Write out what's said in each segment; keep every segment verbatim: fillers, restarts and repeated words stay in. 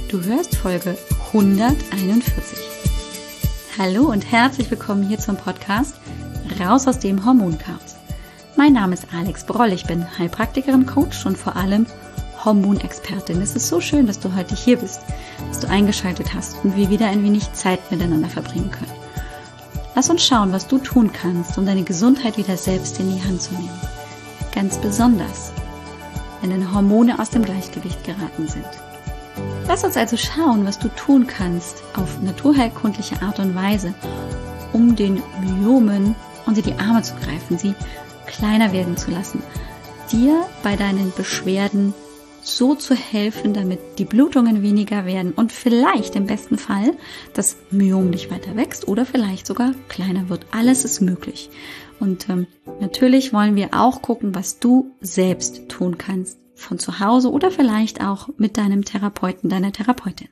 Du hörst Folge hunderteinundvierzig. Hallo und herzlich willkommen hier zum Podcast Raus aus dem Hormonchaos. Mein Name ist Alex Broll, ich bin Heilpraktikerin, Coach und vor allem Hormonexpertin. Es ist so schön, dass du heute hier bist, dass du eingeschaltet hast und wir wieder ein wenig Zeit miteinander verbringen können. Lass uns schauen, was du tun kannst, um deine Gesundheit wieder selbst in die Hand zu nehmen. Ganz besonders, wenn deine Hormone aus dem Gleichgewicht geraten sind. Lass uns also schauen, was du tun kannst auf naturheilkundliche Art und Weise, um den Myomen unter die Arme zu greifen, sie kleiner werden zu lassen, dir bei deinen Beschwerden so zu helfen, damit die Blutungen weniger werden und vielleicht im besten Fall das Myom nicht weiter wächst oder vielleicht sogar kleiner wird. Alles ist möglich. Und ähm, natürlich wollen wir auch gucken, was du selbst tun kannst, von zu Hause oder vielleicht auch mit deinem Therapeuten, deiner Therapeutin.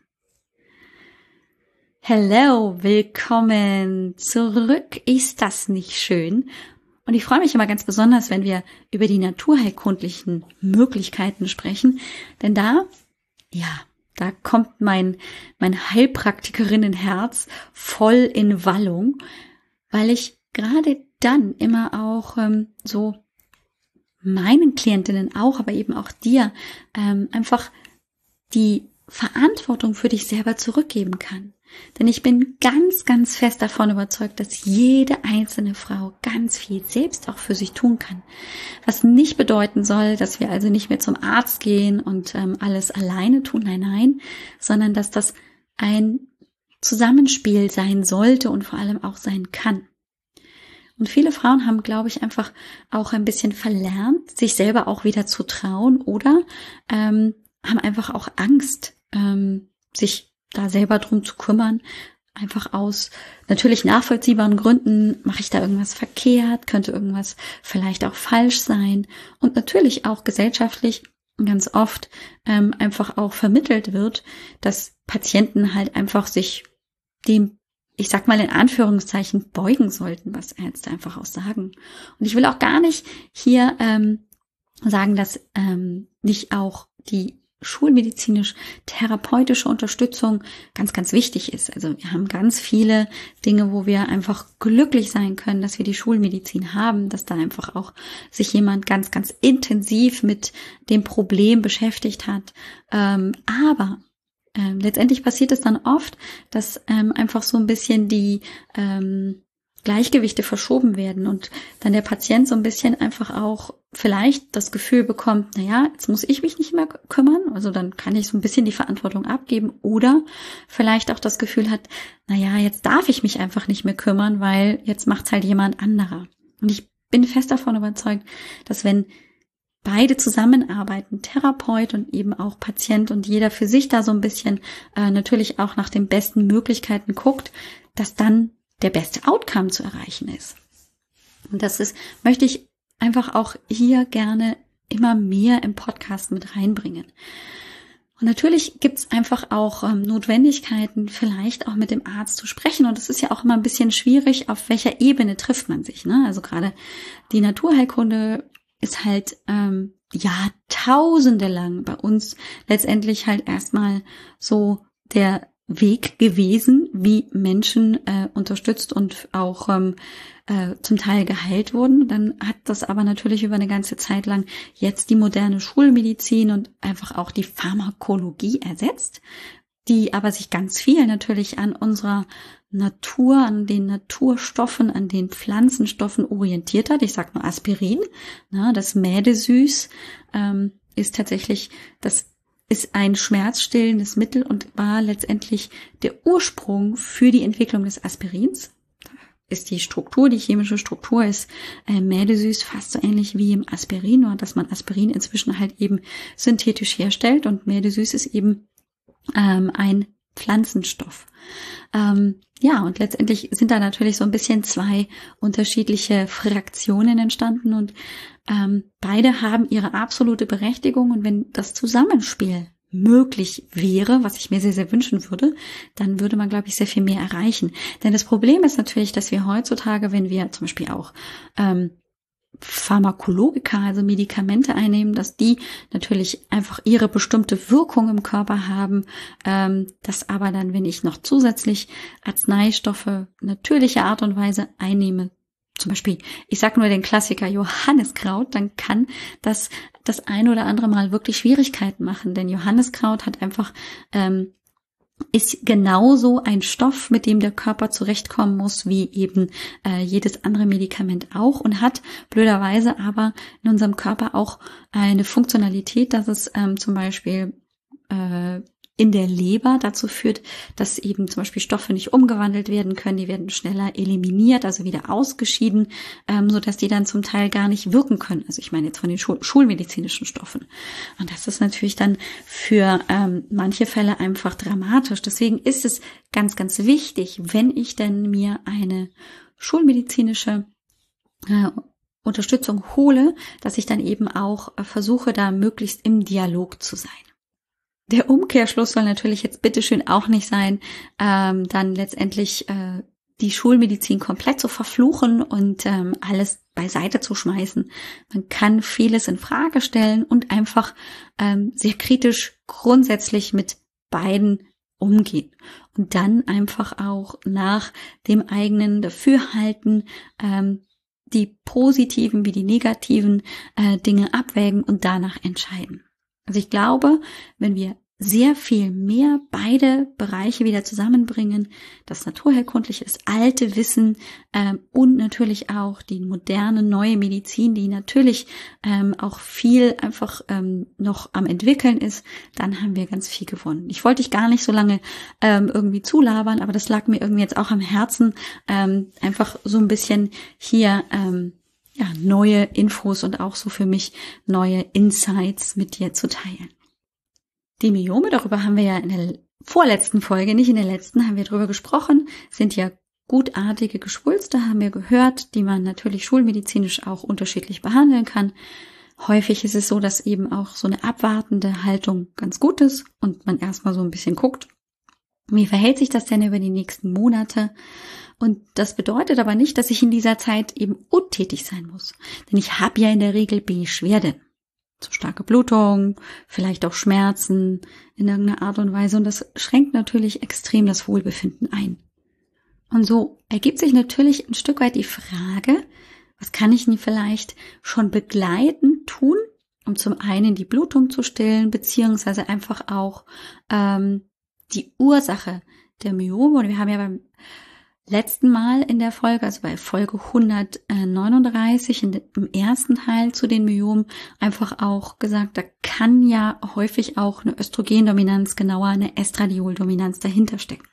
Hello, willkommen zurück. Ist das nicht schön? Und ich freue mich immer ganz besonders, wenn wir über die naturheilkundlichen Möglichkeiten sprechen, denn da, ja, da kommt mein, mein Heilpraktikerinnenherz voll in Wallung, weil ich gerade dann immer auch ähm, so meinen Klientinnen auch, aber eben auch dir ähm, einfach die Verantwortung für dich selber zurückgeben kann. Denn ich bin ganz, ganz fest davon überzeugt, dass jede einzelne Frau ganz viel selbst auch für sich tun kann. Was nicht bedeuten soll, dass wir also nicht mehr zum Arzt gehen und ähm, alles alleine tun, nein, nein, sondern dass das ein Zusammenspiel sein sollte und vor allem auch sein kann. Und viele Frauen haben, glaube ich, einfach auch ein bisschen verlernt, sich selber auch wieder zu trauen oder ähm, haben einfach auch Angst, ähm, sich da selber drum zu kümmern, einfach aus natürlich nachvollziehbaren Gründen, mache ich da irgendwas verkehrt, könnte irgendwas vielleicht auch falsch sein und natürlich auch gesellschaftlich ganz oft ähm, einfach auch vermittelt wird, dass Patienten halt einfach sich dem, ich sag mal in Anführungszeichen, beugen sollten, was Ärzte einfach auch sagen. Und ich will auch gar nicht hier ähm, sagen, dass ähm, nicht auch die schulmedizinisch-therapeutische Unterstützung ganz, ganz wichtig ist. Also wir haben ganz viele Dinge, wo wir einfach glücklich sein können, dass wir die Schulmedizin haben, dass da einfach auch sich jemand ganz, ganz intensiv mit dem Problem beschäftigt hat. Ähm, aber ähm, letztendlich passiert es dann oft, dass ähm, einfach so ein bisschen die ähm, Gleichgewichte verschoben werden und dann der Patient so ein bisschen einfach auch vielleicht das Gefühl bekommt, naja, jetzt muss ich mich nicht mehr kümmern, also dann kann ich so ein bisschen die Verantwortung abgeben oder vielleicht auch das Gefühl hat, naja, jetzt darf ich mich einfach nicht mehr kümmern, weil jetzt macht's halt jemand anderer. Und ich bin fest davon überzeugt, dass wenn beide zusammenarbeiten, Therapeut und eben auch Patient und jeder für sich da so ein bisschen äh, natürlich auch nach den besten Möglichkeiten guckt, dass dann der beste Outcome zu erreichen ist. Und das ist, möchte ich einfach auch hier gerne immer mehr im Podcast mit reinbringen. Und natürlich gibt's einfach auch ähm, Notwendigkeiten, vielleicht auch mit dem Arzt zu sprechen. Und es ist ja auch immer ein bisschen schwierig, auf welcher Ebene trifft man sich, ne? Also gerade die Naturheilkunde ist halt ähm, jahrtausende lang bei uns letztendlich halt erstmal so der Weg gewesen, wie Menschen äh, unterstützt und auch ähm, äh, zum Teil geheilt wurden. Dann hat das aber natürlich über eine ganze Zeit lang jetzt die moderne Schulmedizin und einfach auch die Pharmakologie ersetzt, die aber sich ganz viel natürlich an unserer Natur, an den Naturstoffen, an den Pflanzenstoffen orientiert hat. Ich sag nur Aspirin, na, das Mädesüß ähm, ist tatsächlich das ist ein schmerzstillendes Mittel und war letztendlich der Ursprung für die Entwicklung des Aspirins. Ist die Struktur, die chemische Struktur ist äh, Mädesüß fast so ähnlich wie im Aspirin, nur dass man Aspirin inzwischen halt eben synthetisch herstellt und Mädesüß ist eben ähm, ein Pflanzenstoff. Ähm, ja, und letztendlich sind da natürlich so ein bisschen zwei unterschiedliche Fraktionen entstanden und ähm, beide haben ihre absolute Berechtigung und wenn das Zusammenspiel möglich wäre, was ich mir sehr, sehr wünschen würde, dann würde man, glaube ich, sehr viel mehr erreichen. Denn das Problem ist natürlich, dass wir heutzutage, wenn wir zum Beispiel auch ähm, Pharmakologika, also Medikamente einnehmen, dass die natürlich einfach ihre bestimmte Wirkung im Körper haben, ähm, dass aber dann, wenn ich noch zusätzlich Arzneistoffe natürlicher Art und Weise einnehme, zum Beispiel, ich sage nur den Klassiker Johanniskraut, dann kann das das ein oder andere Mal wirklich Schwierigkeiten machen, denn Johanniskraut hat einfach ähm, ist genauso ein Stoff, mit dem der Körper zurechtkommen muss, wie eben äh, jedes andere Medikament auch und hat blöderweise aber in unserem Körper auch eine Funktionalität, dass es ähm, zum Beispiel äh, in der Leber dazu führt, dass eben zum Beispiel Stoffe nicht umgewandelt werden können, die werden schneller eliminiert, also wieder ausgeschieden, ähm, sodass die dann zum Teil gar nicht wirken können. Also ich meine jetzt von den Schul- schulmedizinischen Stoffen. Und das ist natürlich dann für ähm, manche Fälle einfach dramatisch. Deswegen ist es ganz, ganz wichtig, wenn ich denn mir eine schulmedizinische äh, Unterstützung hole, dass ich dann eben auch äh, versuche, da möglichst im Dialog zu sein. Der Umkehrschluss soll natürlich jetzt bitteschön auch nicht sein, ähm, dann letztendlich äh, die Schulmedizin komplett zu verfluchen und ähm, alles beiseite zu schmeißen. Man kann vieles in Frage stellen und einfach ähm, sehr kritisch grundsätzlich mit beiden umgehen. Und dann einfach auch nach dem eigenen Dafürhalten ähm, die positiven wie die negativen äh, Dinge abwägen und danach entscheiden. Also ich glaube, wenn wir sehr viel mehr beide Bereiche wieder zusammenbringen, das naturheilkundliche, das alte Wissen ähm, und natürlich auch die moderne, neue Medizin, die natürlich ähm, auch viel einfach ähm, noch am entwickeln ist, dann haben wir ganz viel gewonnen. Ich wollte dich gar nicht so lange ähm, irgendwie zulabern, aber das lag mir irgendwie jetzt auch am Herzen, ähm, einfach so ein bisschen hier ähm, ja, neue Infos und auch so für mich neue Insights mit dir zu teilen. Die Myome, darüber haben wir ja in der vorletzten Folge, nicht in der letzten, haben wir darüber gesprochen, sind ja gutartige Geschwulste, haben wir gehört, die man natürlich schulmedizinisch auch unterschiedlich behandeln kann. Häufig ist es so, dass eben auch so eine abwartende Haltung ganz gut ist und man erstmal so ein bisschen guckt, wie verhält sich das denn über die nächsten Monate? Und das bedeutet aber nicht, dass ich in dieser Zeit eben untätig sein muss. Denn ich habe ja in der Regel Beschwerden. Zu starke Blutung, vielleicht auch Schmerzen in irgendeiner Art und Weise. Und das schränkt natürlich extrem das Wohlbefinden ein. Und so ergibt sich natürlich ein Stück weit die Frage, was kann ich denn vielleicht schon begleitend tun, um zum einen die Blutung zu stillen, beziehungsweise einfach auch ähm, die Ursache der Myome. Und wir haben ja beim letzten Mal in der Folge, also bei Folge hundertneununddreißig, in dem, im ersten Teil zu den Myomen, einfach auch gesagt, da kann ja häufig auch eine Östrogendominanz, genauer eine Estradioldominanz dahinter stecken.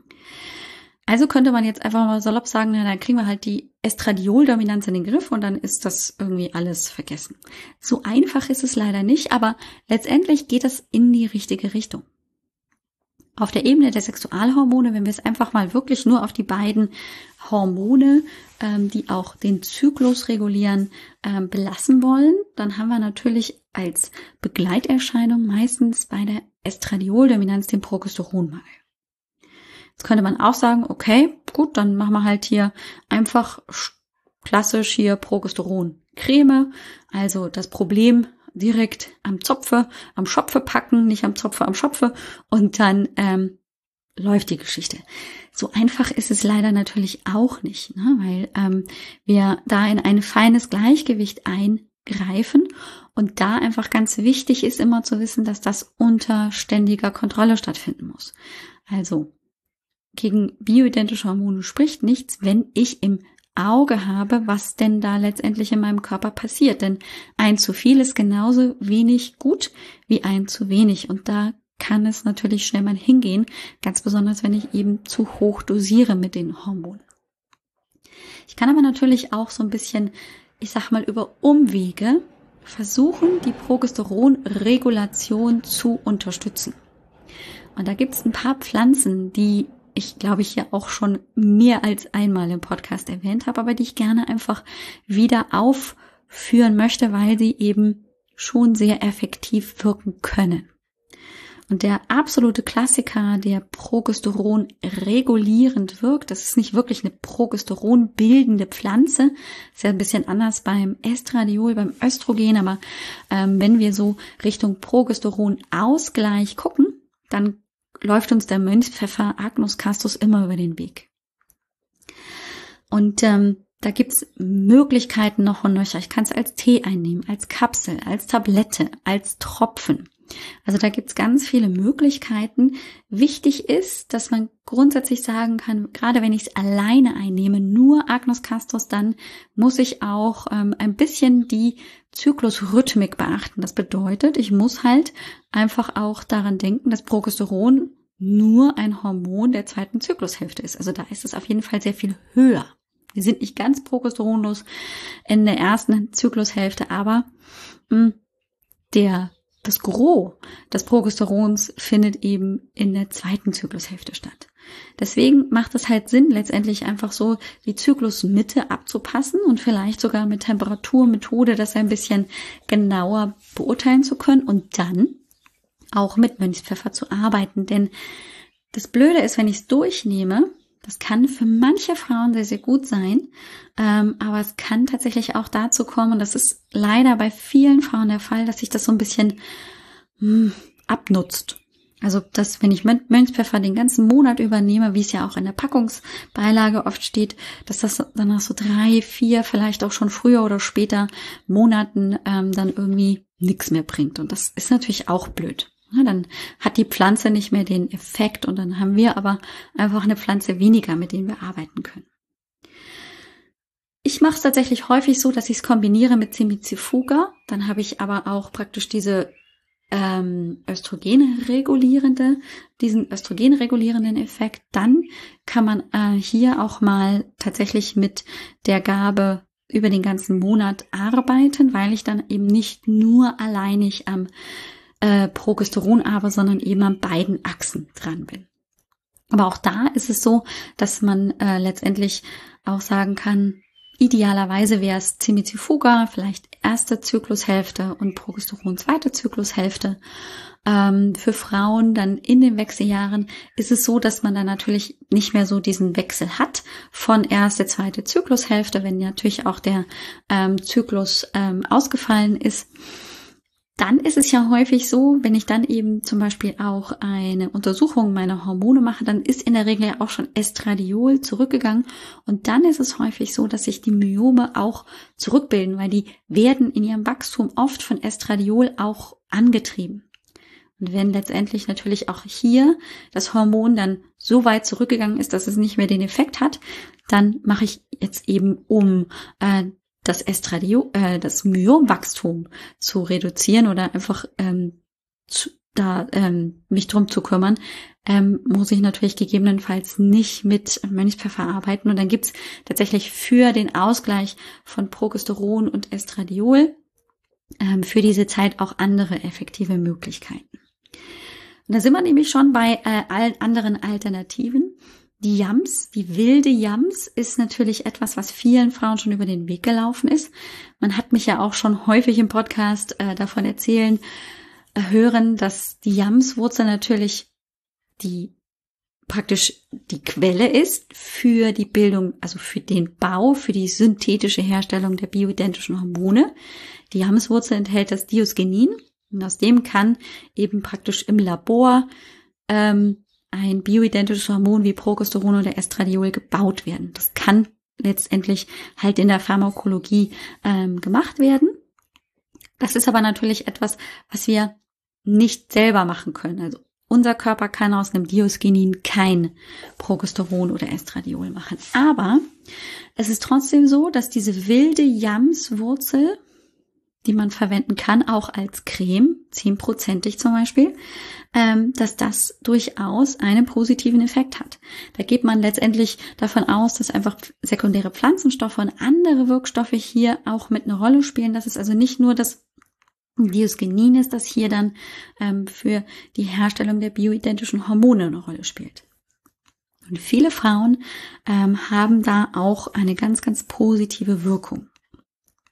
Also könnte man jetzt einfach mal salopp sagen, na, dann kriegen wir halt die Estradioldominanz in den Griff und dann ist das irgendwie alles vergessen. So einfach ist es leider nicht, aber letztendlich geht es in die richtige Richtung. Auf der Ebene der Sexualhormone, wenn wir es einfach mal wirklich nur auf die beiden Hormone, ähm, die auch den Zyklus regulieren, ähm, belassen wollen, dann haben wir natürlich als Begleiterscheinung meistens bei der Estradioldominanz den Progesteronmangel. Jetzt könnte man auch sagen, okay, gut, dann machen wir halt hier einfach klassisch hier Progesteroncreme, also das Problem direkt am Zopfe, am Schopfe packen, nicht am Zopfe, am Schopfe und dann ähm, läuft die Geschichte. So einfach ist es leider natürlich auch nicht, ne? Weil ähm, wir da in ein feines Gleichgewicht eingreifen und da einfach ganz wichtig ist immer zu wissen, dass das unter ständiger Kontrolle stattfinden muss. Also gegen bioidentische Hormone spricht nichts, wenn ich im Auge habe, was denn da letztendlich in meinem Körper passiert. Denn ein zu viel ist genauso wenig gut wie ein zu wenig. Und da kann es natürlich schnell mal hingehen, ganz besonders wenn ich eben zu hoch dosiere mit den Hormonen. Ich kann aber natürlich auch so ein bisschen, ich sag mal, über Umwege versuchen, die Progesteronregulation zu unterstützen. Und da gibt es ein paar Pflanzen, die ich glaube ich hier auch schon mehr als einmal im Podcast erwähnt habe, aber die ich gerne einfach wieder aufführen möchte, weil sie eben schon sehr effektiv wirken können. Und der absolute Klassiker, der Progesteron regulierend wirkt, das ist nicht wirklich eine Progesteron bildende Pflanze, ist ja ein bisschen anders beim Estradiol, beim Östrogen, aber ähm, wenn wir so Richtung Progesteronausgleich gucken, dann läuft uns der Mönchspfeffer Agnus castus immer über den Weg. Und ähm, da gibt's Möglichkeiten noch und nöcher. Ich kann es als Tee einnehmen, als Kapsel, als Tablette, als Tropfen. Also da gibt's ganz viele Möglichkeiten. Wichtig ist, dass man grundsätzlich sagen kann, gerade wenn ich es alleine einnehme, nur Agnus castus, dann muss ich auch ähm, ein bisschen die Zyklusrhythmik beachten. Das bedeutet, ich muss halt einfach auch daran denken, dass Progesteron nur ein Hormon der zweiten Zyklushälfte ist. Also da ist es auf jeden Fall sehr viel höher. Wir sind nicht ganz progesteronlos in der ersten Zyklushälfte, aber mh, der Das Gros des Progesterons findet eben in der zweiten Zyklushälfte statt. Deswegen macht es halt Sinn, letztendlich einfach so die Zyklusmitte abzupassen und vielleicht sogar mit Temperaturmethode das ein bisschen genauer beurteilen zu können und dann auch mit Mönchspfeffer zu arbeiten. Denn das Blöde ist, wenn ich es durchnehme, das kann für manche Frauen sehr, sehr gut sein, ähm, aber es kann tatsächlich auch dazu kommen, und das ist leider bei vielen Frauen der Fall, dass sich das so ein bisschen mh, abnutzt. Also, dass wenn ich Mönchspfeffer den ganzen Monat übernehme, wie es ja auch in der Packungsbeilage oft steht, dass das dann nach so drei, vier, vielleicht auch schon früher oder später Monaten ähm, dann irgendwie nichts mehr bringt. Und das ist natürlich auch blöd. Ja, dann hat die Pflanze nicht mehr den Effekt und dann haben wir aber einfach eine Pflanze weniger, mit denen wir arbeiten können. Ich mache es tatsächlich häufig so, dass ich es kombiniere mit Cimizifuga. Dann habe ich aber auch praktisch diese ähm, östrogenregulierende, diesen östrogenregulierenden Effekt. Dann kann man äh, hier auch mal tatsächlich mit der Gabe über den ganzen Monat arbeiten, weil ich dann eben nicht nur alleinig am Äh, Progesteron aber, sondern eben an beiden Achsen dran bin. Aber auch da ist es so, dass man äh, letztendlich auch sagen kann, idealerweise wäre es Cimizifuga, vielleicht erste Zyklushälfte und Progesteron zweite Zyklushälfte. Ähm, für Frauen dann in den Wechseljahren ist es so, dass man dann natürlich nicht mehr so diesen Wechsel hat von erste, zweite Zyklushälfte, wenn natürlich auch der ähm, Zyklus ähm, ausgefallen ist. Dann ist es ja häufig so, wenn ich dann eben zum Beispiel auch eine Untersuchung meiner Hormone mache, dann ist in der Regel ja auch schon Estradiol zurückgegangen und dann ist es häufig so, dass sich die Myome auch zurückbilden, weil die werden in ihrem Wachstum oft von Estradiol auch angetrieben. Und wenn letztendlich natürlich auch hier das Hormon dann so weit zurückgegangen ist, dass es nicht mehr den Effekt hat, dann mache ich jetzt eben um äh, das Estradiol, äh, das Myomwachstum zu reduzieren oder einfach ähm, zu, da ähm, mich drum zu kümmern, ähm, muss ich natürlich gegebenenfalls nicht mit Mönchspfeffer arbeiten. Und dann gibt's tatsächlich für den Ausgleich von Progesteron und Estradiol ähm, für diese Zeit auch andere effektive Möglichkeiten. Und da sind wir nämlich schon bei äh, allen anderen Alternativen. Die Yams, die wilde Yams, ist natürlich etwas, was vielen Frauen schon über den Weg gelaufen ist. Man hat mich ja auch schon häufig im Podcast äh, davon erzählen, äh, hören, dass die Yamswurzel natürlich die praktisch die Quelle ist für die Bildung, also für den Bau, für die synthetische Herstellung der bioidentischen Hormone. Die Yamswurzel enthält das Diosgenin und aus dem kann eben praktisch im Labor ähm, ein bioidentisches Hormon wie Progesteron oder Estradiol gebaut werden. Das kann letztendlich halt in der Pharmakologie ähm, gemacht werden. Das ist aber natürlich etwas, was wir nicht selber machen können. Also unser Körper kann aus einem Diosgenin kein Progesteron oder Estradiol machen. Aber es ist trotzdem so, dass diese wilde Yamswurzel, die man verwenden kann, auch als Creme, zehnprozentig zum Beispiel, ähm, dass das durchaus einen positiven Effekt hat. Da geht man letztendlich davon aus, dass einfach sekundäre Pflanzenstoffe und andere Wirkstoffe hier auch mit einer Rolle spielen. Das ist also nicht nur das Diosgenin ist, das hier dann ähm, für die Herstellung der bioidentischen Hormone eine Rolle spielt. Und viele Frauen ähm, haben da auch eine ganz, ganz positive Wirkung.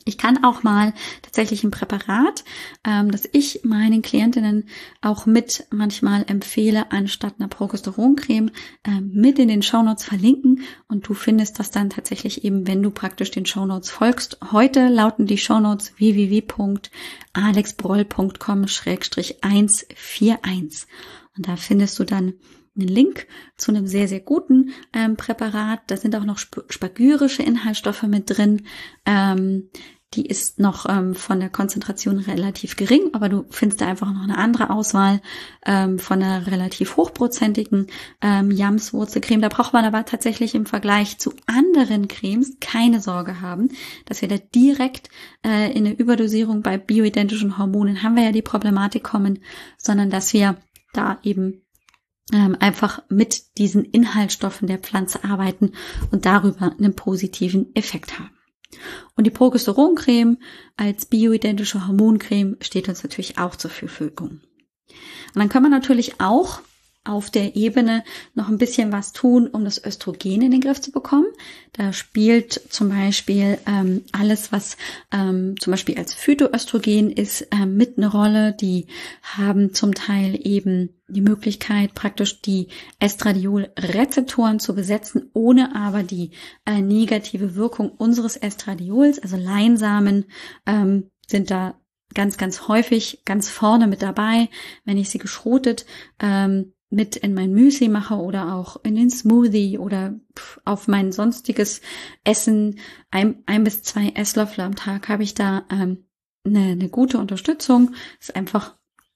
Ich kann auch mal tatsächlich ein Präparat, ähm, das ich meinen Klientinnen auch mit manchmal empfehle, anstatt einer Progesteroncreme, ähm, mit in den Shownotes verlinken und du findest das dann tatsächlich eben, wenn du praktisch den Shownotes folgst. Heute lauten die Shownotes w w w punkt alex broll punkt com schrägstrich eins vier eins und da findest du dann einen Link zu einem sehr, sehr guten ähm, Präparat. Da sind auch noch sp- spagyrische Inhaltsstoffe mit drin. Ähm, die ist noch ähm, von der Konzentration relativ gering, aber du findest da einfach noch eine andere Auswahl ähm, von einer relativ hochprozentigen ähm, Jamswurzelcreme. Da braucht man aber tatsächlich im Vergleich zu anderen Cremes keine Sorge haben, dass wir da direkt äh, in eine Überdosierung bei bioidentischen Hormonen, haben wir ja die Problematik kommen, sondern dass wir da eben ähm, einfach mit diesen Inhaltsstoffen der Pflanze arbeiten und darüber einen positiven Effekt haben. Und die Progesteroncreme als bioidentische Hormoncreme steht uns natürlich auch zur Verfügung. Und dann kann man natürlich auch auf der Ebene noch ein bisschen was tun, um das Östrogen in den Griff zu bekommen. Da spielt zum Beispiel ähm, alles, was ähm, zum Beispiel als Phytoöstrogen ist, ähm, mit eine Rolle. Die haben zum Teil eben die Möglichkeit, praktisch die Estradiol-Rezeptoren zu besetzen, ohne aber die äh, negative Wirkung unseres Estradiols, also Leinsamen, ähm, sind da ganz, ganz häufig ganz vorne mit dabei, wenn ich sie geschrotet ähm, mit in mein Müsli mache oder auch in den Smoothie oder auf mein sonstiges Essen, ein, ein bis zwei Esslöffel am Tag, habe ich da ähm, eine, eine gute Unterstützung. Ist einfach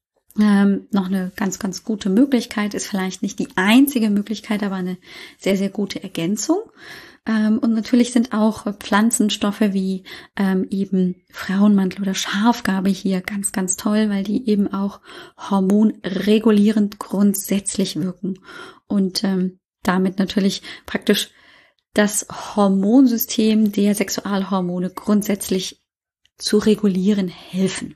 ähm, noch eine ganz, ganz gute Möglichkeit, ist vielleicht nicht die einzige Möglichkeit, aber eine sehr, sehr gute Ergänzung. Ähm, und natürlich sind auch Pflanzenstoffe wie ähm, eben Frauenmantel oder Schafgarbe hier ganz, ganz toll, weil die eben auch hormonregulierend grundsätzlich wirken und ähm, damit natürlich praktisch das Hormonsystem der Sexualhormone grundsätzlich zu regulieren helfen.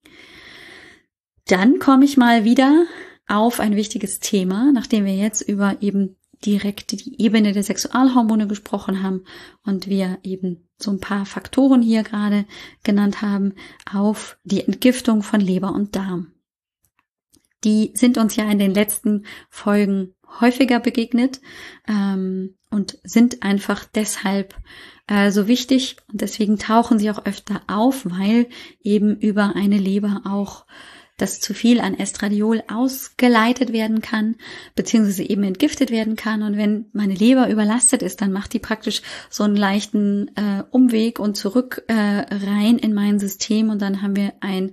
Dann komme ich mal wieder auf ein wichtiges Thema, nachdem wir jetzt über eben direkt die Ebene der Sexualhormone gesprochen haben und wir eben so ein paar Faktoren hier gerade genannt haben, auf die Entgiftung von Leber und Darm. Die sind uns ja in den letzten Folgen häufiger begegnet ähm, und sind einfach deshalb äh, so wichtig und deswegen tauchen sie auch öfter auf, weil eben über eine Leber auch dass zu viel an Estradiol ausgeleitet werden kann, beziehungsweise eben entgiftet werden kann. Und wenn meine Leber überlastet ist, dann macht die praktisch so einen leichten äh, Umweg und zurück äh, rein in mein System. Und dann haben wir ein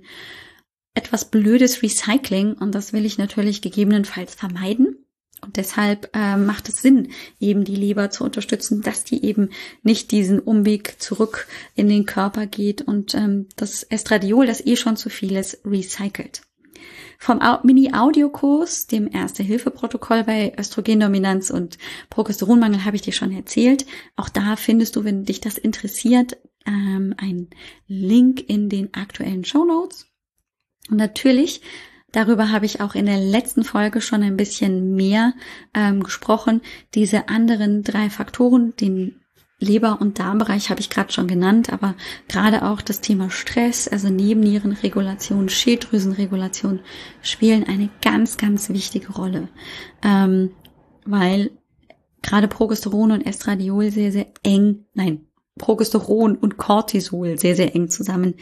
etwas blödes Recycling. Und das will ich natürlich gegebenenfalls vermeiden. Und deshalb äh, macht es Sinn, eben die Leber zu unterstützen, dass die eben nicht diesen Umweg zurück in den Körper geht und ähm, das Estradiol, das eh schon zu viel ist, recycelt. Vom Mini-Audiokurs, dem Erste-Hilfe-Protokoll bei Östrogendominanz und Progesteronmangel, habe ich dir schon erzählt. Auch da findest du, wenn dich das interessiert, ähm, einen Link in den aktuellen Shownotes. Und natürlich darüber habe ich auch in der letzten Folge schon ein bisschen mehr ähm, gesprochen. Diese anderen drei Faktoren, den Leber- und Darmbereich habe ich gerade schon genannt, aber gerade auch das Thema Stress, also Nebennierenregulation, Schilddrüsenregulation spielen eine ganz, ganz wichtige Rolle, ähm, weil gerade Progesteron und Estradiol sehr, sehr eng, nein, Progesteron und Cortisol sehr, sehr eng zusammen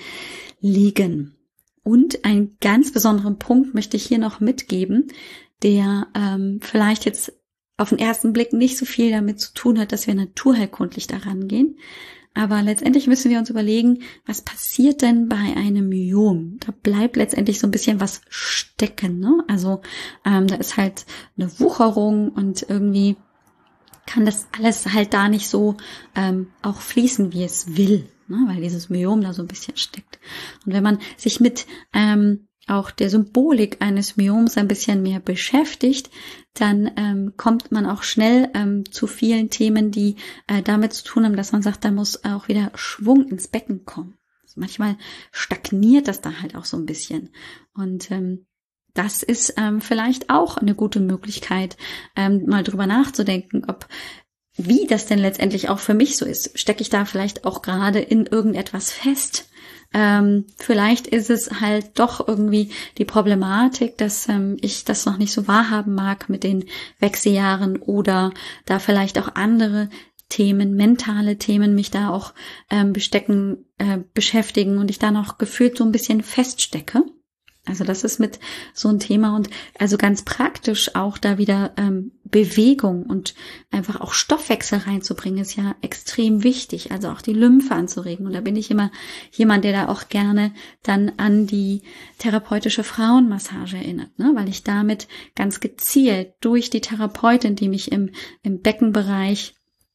liegen. Und einen ganz besonderen Punkt möchte ich hier noch mitgeben, der ähm, vielleicht jetzt auf den ersten Blick nicht so viel damit zu tun hat, dass wir naturheilkundlich daran gehen. Aber letztendlich müssen wir uns überlegen, was passiert denn bei einem Myom? Da bleibt letztendlich so ein bisschen was stecken, ne? Also ähm, da ist halt eine Wucherung und irgendwie kann das alles halt da nicht so ähm, auch fließen, wie es will. Ne, weil dieses Myom da so ein bisschen steckt. Und wenn man sich mit ähm, auch der Symbolik eines Myoms ein bisschen mehr beschäftigt, dann ähm, kommt man auch schnell ähm, zu vielen Themen, die äh, damit zu tun haben, dass man sagt, da muss auch wieder Schwung ins Becken kommen. Also manchmal stagniert das da halt auch so ein bisschen. Und ähm, das ist ähm, vielleicht auch eine gute Möglichkeit, ähm, mal drüber nachzudenken, ob wie das denn letztendlich auch für mich so ist. Stecke ich da vielleicht auch gerade in irgendetwas fest? Ähm, vielleicht ist es halt doch irgendwie die Problematik, dass ähm, ich das noch nicht so wahrhaben mag mit den Wechseljahren oder da vielleicht auch andere Themen, mentale Themen mich da auch ähm, bestecken, äh, beschäftigen und ich da noch gefühlt so ein bisschen feststecke. Also das ist mit so ein Thema und also ganz praktisch auch da wieder ähm, Bewegung und einfach auch Stoffwechsel reinzubringen, ist ja extrem wichtig. Also auch die Lymphe anzuregen. Und da bin ich immer jemand, der da auch gerne dann an die therapeutische Frauenmassage erinnert, ne? Weil ich damit ganz gezielt durch die Therapeutin, die mich im, im Beckenbereich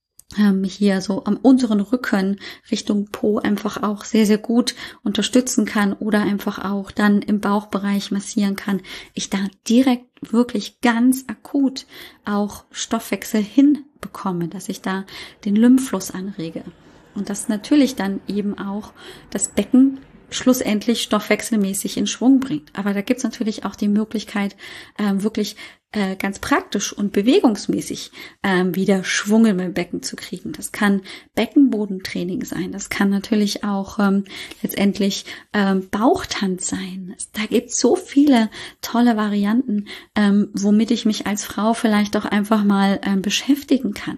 hier so am unteren Rücken Richtung Po einfach auch sehr, sehr gut unterstützen kann oder einfach auch dann im Bauchbereich massieren kann, ich da direkt wirklich ganz akut auch Stoffwechsel hinbekomme, dass ich da den Lymphfluss anrege und das natürlich dann eben auch das Becken schlussendlich stoffwechselmäßig in Schwung bringt. Aber da gibt's natürlich auch die Möglichkeit, ähm, wirklich äh, ganz praktisch und bewegungsmäßig ähm, wieder Schwung im Becken zu kriegen. Das kann Beckenbodentraining sein. Das kann natürlich auch ähm, letztendlich ähm, Bauchtanz sein. Da gibt's so viele tolle Varianten, ähm, womit ich mich als Frau vielleicht auch einfach mal ähm, beschäftigen kann.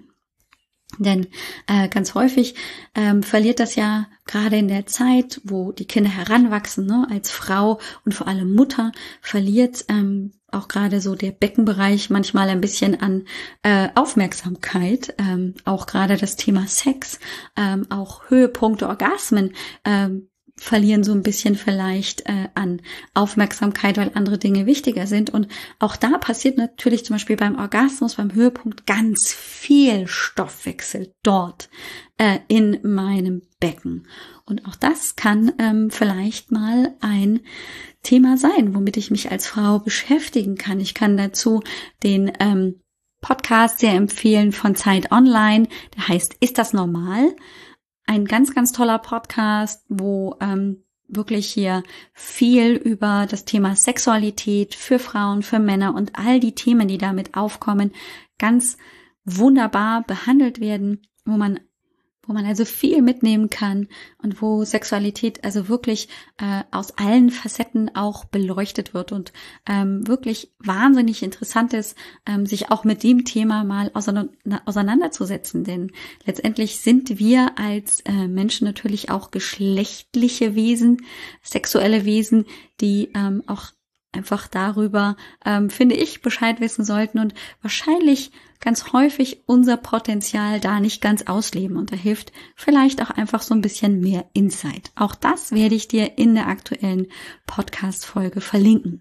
Denn äh, ganz häufig ähm, verliert das ja gerade in der Zeit, wo die Kinder heranwachsen, ne, als Frau und vor allem Mutter, verliert ähm, auch gerade so der Beckenbereich manchmal ein bisschen an äh, Aufmerksamkeit. Ähm, auch gerade das Thema Sex, ähm, auch Höhepunkte, Orgasmen, ähm, verlieren so ein bisschen vielleicht äh, an Aufmerksamkeit, weil andere Dinge wichtiger sind. Und auch da passiert natürlich zum Beispiel beim Orgasmus, beim Höhepunkt ganz viel Stoffwechsel dort äh, in meinem Becken. Und auch das kann ähm, vielleicht mal ein Thema sein, womit ich mich als Frau beschäftigen kann. Ich kann dazu den ähm, Podcast sehr empfehlen von Zeit Online. Der heißt Ist das normal? Ein ganz, ganz toller Podcast, wo ähm, wirklich hier viel über das Thema Sexualität für Frauen, für Männer und all die Themen, die damit aufkommen, ganz wunderbar behandelt werden, wo man wo man also viel mitnehmen kann und wo Sexualität also wirklich äh, aus allen Facetten auch beleuchtet wird und ähm, wirklich wahnsinnig interessant ist, ähm, sich auch mit dem Thema mal auseinanderzusetzen. Denn letztendlich sind wir als äh, Menschen natürlich auch geschlechtliche Wesen, sexuelle Wesen, die ähm, auch einfach darüber, ähm, finde ich, Bescheid wissen sollten und wahrscheinlich ganz häufig unser Potenzial da nicht ganz ausleben. Und da hilft vielleicht auch einfach so ein bisschen mehr Insight. Auch das werde ich dir in der aktuellen Podcast-Folge verlinken.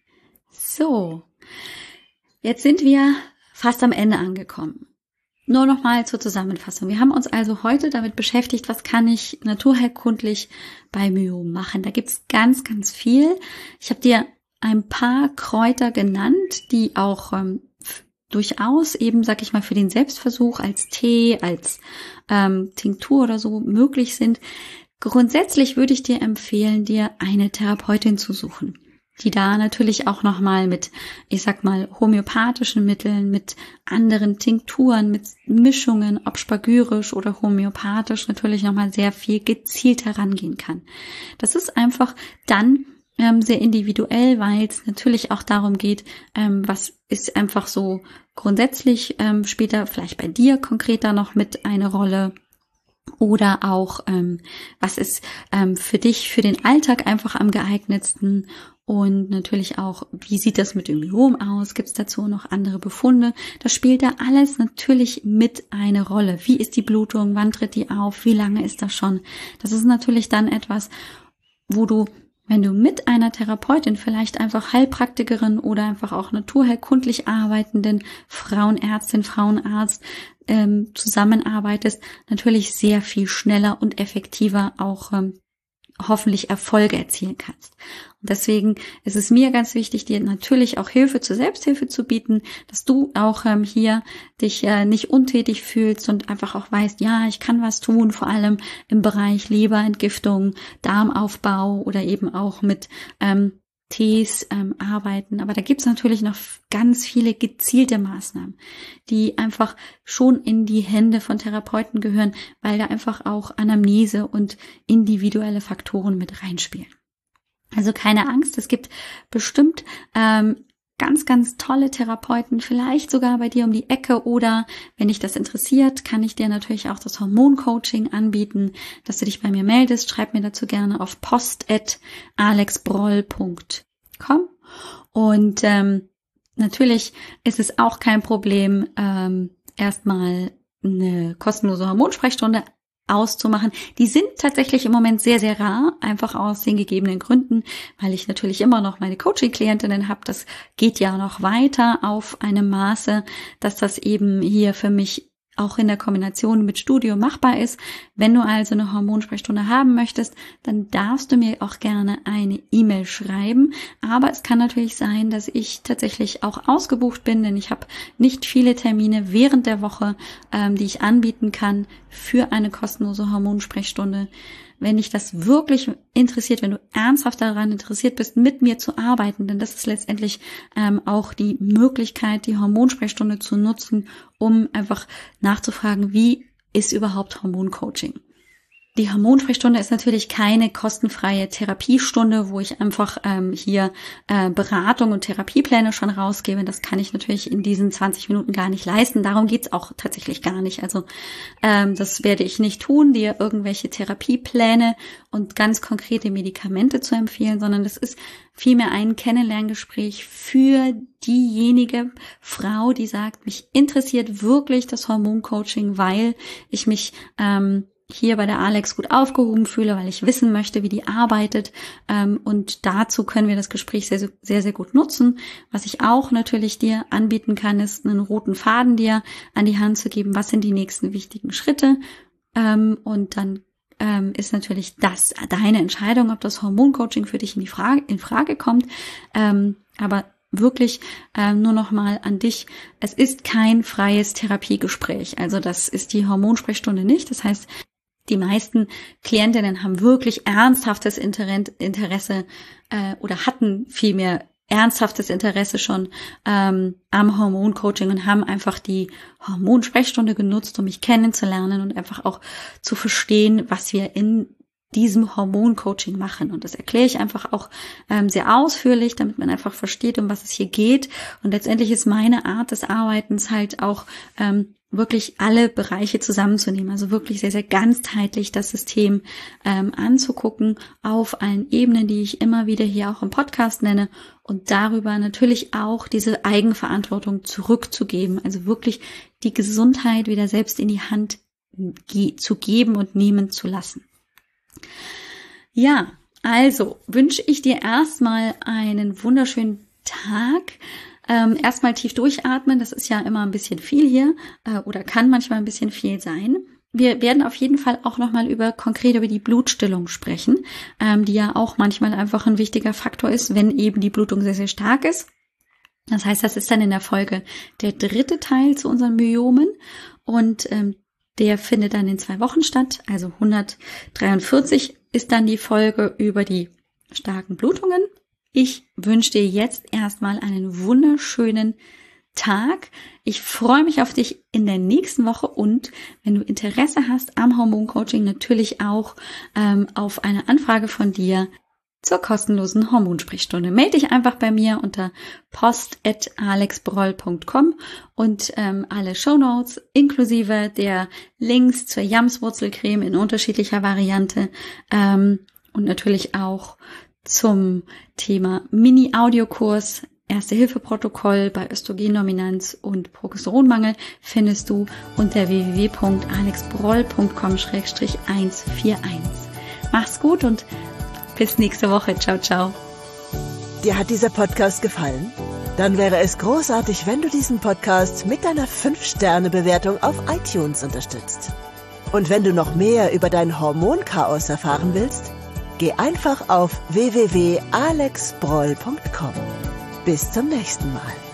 So, jetzt sind wir fast am Ende angekommen. Nur noch mal zur Zusammenfassung. Wir haben uns also heute damit beschäftigt, was kann ich naturheilkundlich bei Myom machen. Da gibt's ganz, ganz viel. Ich habe dir ein paar Kräuter genannt, die auch ähm, durchaus eben, sag ich mal, für den Selbstversuch als Tee, als ähm, Tinktur oder so möglich sind. Grundsätzlich würde ich dir empfehlen, dir eine Therapeutin zu suchen, die da natürlich auch nochmal mit, ich sag mal, homöopathischen Mitteln, mit anderen Tinkturen, mit Mischungen, ob spagyrisch oder homöopathisch, natürlich nochmal sehr viel gezielter rangehen kann. Das ist einfach dann ähm, sehr individuell, weil es natürlich auch darum geht, ähm, was ist einfach so grundsätzlich ähm, später vielleicht bei dir konkreter noch mit eine Rolle. Oder auch, ähm, was ist ähm, für dich, für den Alltag einfach am geeignetsten und natürlich auch, wie sieht das mit dem Myom aus? Gibt es dazu noch andere Befunde? Das spielt da alles natürlich mit eine Rolle. Wie ist die Blutung? Wann tritt die auf? Wie lange ist das schon? Das ist natürlich dann etwas, wo du, wenn du mit einer Therapeutin, vielleicht einfach Heilpraktikerin oder einfach auch naturheilkundlich arbeitenden Frauenärztin, Frauenarzt ähm, zusammenarbeitest, natürlich sehr viel schneller und effektiver auch ähm, hoffentlich Erfolge erzielen kannst. Und deswegen ist es mir ganz wichtig, dir natürlich auch Hilfe zur Selbsthilfe zu bieten, dass du auch ähm, hier dich äh, nicht untätig fühlst und einfach auch weißt, ja, ich kann was tun, vor allem im Bereich Leberentgiftung, Darmaufbau oder eben auch mit ähm, Tees ähm, arbeiten. Aber da gibt's natürlich noch ganz viele gezielte Maßnahmen, die einfach schon in die Hände von Therapeuten gehören, weil da einfach auch Anamnese und individuelle Faktoren mit reinspielen. Also keine Angst, es gibt bestimmt ähm, ganz, ganz tolle Therapeuten, vielleicht sogar bei dir um die Ecke, oder wenn dich das interessiert, kann ich dir natürlich auch das Hormoncoaching anbieten, dass du dich bei mir meldest. Schreib mir dazu gerne auf post at alexbroll punkt com. Und ähm, natürlich ist es auch kein Problem, ähm, erstmal eine kostenlose Hormonsprechstunde auszumachen. Die sind tatsächlich im Moment sehr, sehr rar, einfach aus den gegebenen Gründen, weil ich natürlich immer noch meine Coaching-Klientinnen habe. Das geht ja noch weiter auf einem Maße, dass das eben hier für mich auch in der Kombination mit Studium machbar ist. Wenn du also eine Hormonsprechstunde haben möchtest, dann darfst du mir auch gerne eine E-Mail schreiben. Aber es kann natürlich sein, dass ich tatsächlich auch ausgebucht bin, denn ich habe nicht viele Termine während der Woche, ähm, die ich anbieten kann für eine kostenlose Hormonsprechstunde. Wenn dich das wirklich interessiert, wenn du ernsthaft daran interessiert bist, mit mir zu arbeiten, denn das ist letztendlich ähm, auch die Möglichkeit, die Hormonsprechstunde zu nutzen, um einfach nachzufragen, wie ist überhaupt Hormoncoaching? Die Hormonsprechstunde ist natürlich keine kostenfreie Therapiestunde, wo ich einfach ähm, hier äh, Beratung und Therapiepläne schon rausgebe. Das kann ich natürlich in diesen zwanzig Minuten gar nicht leisten. Darum geht's auch tatsächlich gar nicht. Also ähm, das werde ich nicht tun, dir irgendwelche Therapiepläne und ganz konkrete Medikamente zu empfehlen, sondern das ist vielmehr ein Kennenlerngespräch für diejenige Frau, die sagt, mich interessiert wirklich das Hormoncoaching, weil ich mich ähm, hier bei der Alex gut aufgehoben fühle, weil ich wissen möchte, wie die arbeitet, ähm, und dazu können wir das Gespräch sehr, sehr, sehr gut nutzen. Was ich auch natürlich dir anbieten kann, ist einen roten Faden dir an die Hand zu geben, was sind die nächsten wichtigen Schritte, ähm, und dann ähm, ist natürlich das deine Entscheidung, ob das Hormoncoaching für dich in die Frage, in Frage kommt, ähm, aber wirklich ähm, nur noch mal an dich. Es ist kein freies Therapiegespräch. Also das ist die Hormonsprechstunde nicht. Das heißt, die meisten Klientinnen haben wirklich ernsthaftes Interesse äh, oder hatten vielmehr ernsthaftes Interesse schon ähm, am Hormoncoaching und haben einfach die Hormonsprechstunde genutzt, um mich kennenzulernen und einfach auch zu verstehen, was wir in diesem Hormoncoaching machen. Und das erkläre ich einfach auch ähm, sehr ausführlich, damit man einfach versteht, um was es hier geht. Und letztendlich ist meine Art des Arbeitens halt auch ähm, wirklich alle Bereiche zusammenzunehmen, also wirklich sehr, sehr ganzheitlich das System ähm, anzugucken auf allen Ebenen, die ich immer wieder hier auch im Podcast nenne, und darüber natürlich auch diese Eigenverantwortung zurückzugeben, also wirklich die Gesundheit wieder selbst in die Hand ge- zu geben und nehmen zu lassen. Ja, also wünsche ich dir erstmal einen wunderschönen Tag. Ähm, erstmal tief durchatmen, das ist ja immer ein bisschen viel hier äh, oder kann manchmal ein bisschen viel sein. Wir werden auf jeden Fall auch nochmal über konkret über die Blutstillung sprechen, ähm, die ja auch manchmal einfach ein wichtiger Faktor ist, wenn eben die Blutung sehr, sehr stark ist. Das heißt, das ist dann in der Folge der dritte Teil zu unseren Myomen, und ähm, der findet dann in zwei Wochen statt, also hundertdreiundvierzig ist dann die Folge über die starken Blutungen. Ich wünsche dir jetzt erstmal einen wunderschönen Tag. Ich freue mich auf dich in der nächsten Woche, und wenn du Interesse hast am Hormoncoaching, natürlich auch ähm, auf eine Anfrage von dir zur kostenlosen Hormonsprechstunde. Melde dich einfach bei mir unter post at alexbroll punkt com, und ähm, alle Shownotes inklusive der Links zur Jamswurzelcreme in unterschiedlicher Variante ähm, und natürlich auch zum Thema Mini-Audiokurs Erste-Hilfe-Protokoll bei Östrogendominanz und Progesteronmangel findest du unter w w w punkt alexbroll punkt com slash eins vier eins. Mach's gut und bis nächste Woche. Ciao, ciao. Dir hat dieser Podcast gefallen? Dann wäre es großartig, wenn du diesen Podcast mit deiner fünf Sterne Bewertung auf iTunes unterstützt. Und wenn du noch mehr über dein Hormonchaos erfahren willst, geh einfach auf w w w punkt alexbroll punkt com. Bis zum nächsten Mal.